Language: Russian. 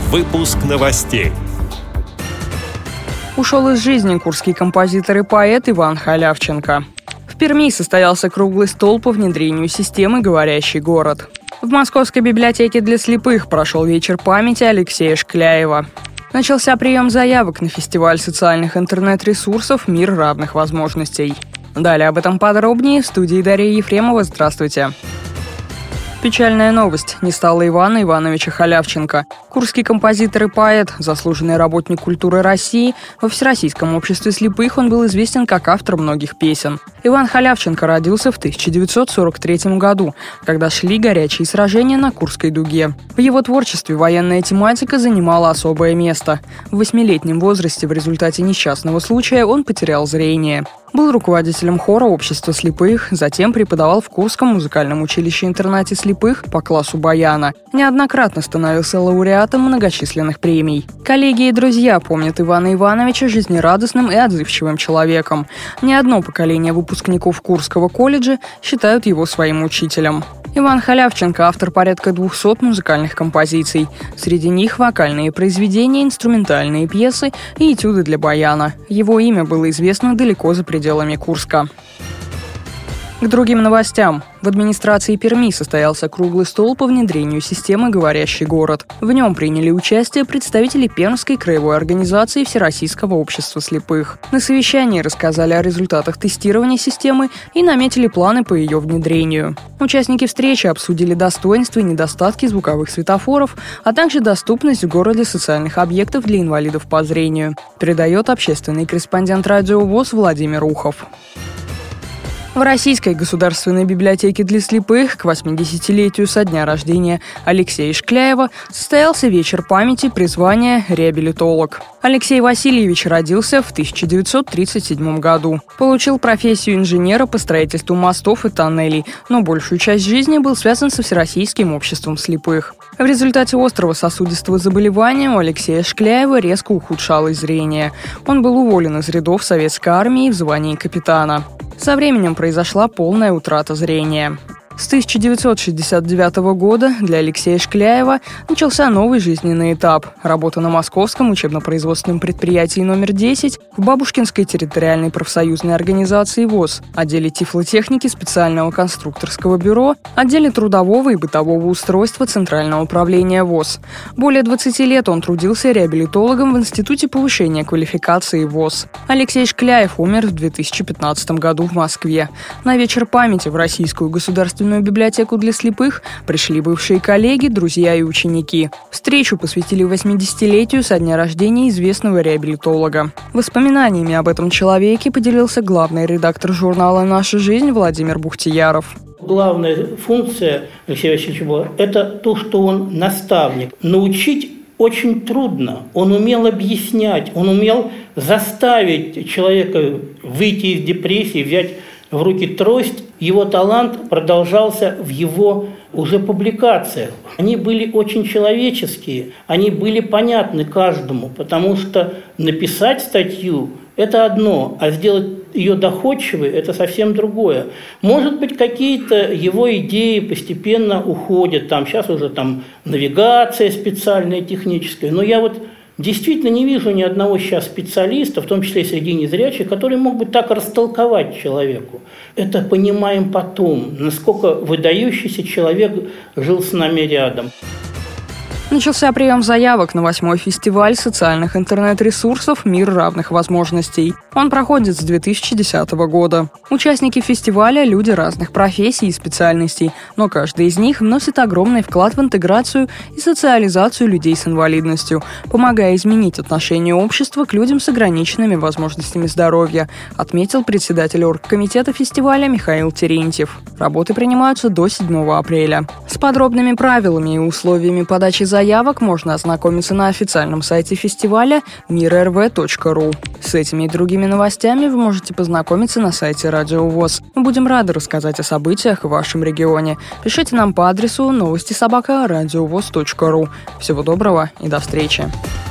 Выпуск новостей. Ушел из жизни курский композитор и поэт Иван Халявченко. В Перми состоялся круглый стол по внедрению системы «Говорящий город». В Московской библиотеке для слепых прошел вечер памяти Алексея Шкляева. Начался прием заявок на фестиваль социальных интернет-ресурсов «Мир равных возможностей». Далее об этом подробнее в студии Дарья Ефремова. Здравствуйте. Печальная новость. Не стало Ивана Ивановича Халявченко. Курский композитор и поэт, заслуженный работник культуры России. Во Всероссийском обществе слепых он был известен как автор многих песен. Иван Халявченко родился в 1943 году, когда шли горячие сражения на Курской дуге. В его творчестве военная тематика занимала особое место. В 8-летнем возрасте в результате несчастного случая он потерял зрение. Был руководителем хора общества слепых, затем преподавал в Курском музыкальном училище-интернате слепых по классу баяна. Неоднократно становился лауреатом многочисленных премий. Коллеги и друзья помнят Ивана Ивановича жизнерадостным и отзывчивым человеком. Не одно поколение выпускников Курского колледжа считают его своим учителем. Иван Халявченко – автор порядка 200 музыкальных композиций. Среди них вокальные произведения, инструментальные пьесы и этюды для баяна. Его имя было известно далеко за пределами Курска. К другим новостям. В администрации Перми состоялся круглый стол по внедрению системы «Говорящий город». В нем приняли участие представители Пермской краевой организации Всероссийского общества слепых. На совещании рассказали о результатах тестирования системы и наметили планы по ее внедрению. Участники встречи обсудили достоинства и недостатки звуковых светофоров, а также доступность в городе социальных объектов для инвалидов по зрению. Передает общественный корреспондент Радио ВОС Владимир Ухов. В Российской государственной библиотеке для слепых к 80-летию со дня рождения Алексея Шкляева состоялся вечер памяти призвания «Реабилитолог». Алексей Васильевич родился в 1937 году. Получил профессию инженера по строительству мостов и тоннелей, но большую часть жизни был связан со Всероссийским обществом слепых. В результате острого сосудистого заболевания у Алексея Шкляева резко ухудшалось зрение. Он был уволен из рядов советской армии в звании капитана. Со временем произошла полная утрата зрения. С 1969 года для Алексея Шкляева начался новый жизненный этап – работа на Московском учебно-производственном предприятии номер 10 в Бабушкинской территориальной профсоюзной организации ВОС, отделе тифлотехники специального конструкторского бюро, отделе трудового и бытового устройства Центрального управления ВОС. Более 20 лет он трудился реабилитологом в Институте повышения квалификации ВОС. Алексей Шкляев умер в 2015 году в Москве. На вечер памяти в Российскую государственную библиотеку для слепых пришли бывшие коллеги, друзья и ученики. Встречу посвятили 80-летию со дня рождения известного реабилитолога. Воспоминаниями об этом человеке поделился главный редактор журнала «Наша жизнь» Владимир Бухтияров. Главная функция Алексея Васильевича была – это то, что он наставник. Научить очень трудно. Он умел объяснять, он умел заставить человека выйти из депрессии, взять в руки трость. Его талант продолжался в его уже публикациях. Они были очень человеческие, они были понятны каждому, потому что написать статью – это одно, а сделать ее доходчивой – это совсем другое. Может быть, какие-то его идеи постепенно уходят, сейчас уже навигация специальная, техническая, но я действительно не вижу ни одного сейчас специалиста, в том числе и среди незрячих, который мог бы так растолковать человеку. Это понимаем потом, насколько выдающийся человек жил с нами рядом. Начался прием заявок на 8-й фестиваль социальных интернет-ресурсов «Мир равных возможностей». Он проходит с 2010 года. Участники фестиваля – люди разных профессий и специальностей, но каждый из них вносит огромный вклад в интеграцию и социализацию людей с инвалидностью, помогая изменить отношение общества к людям с ограниченными возможностями здоровья, отметил председатель оргкомитета фестиваля Михаил Терентьев. Работы принимаются до 7 апреля. С подробными правилами и условиями подачи заявок можно ознакомиться на официальном сайте фестиваля mirrv.ru. С этими и другими новостями вы можете познакомиться на сайте Радио ВОС. Мы будем рады рассказать о событиях в вашем регионе. Пишите нам по адресу новости@радиовос.ру. Всего доброго и до встречи.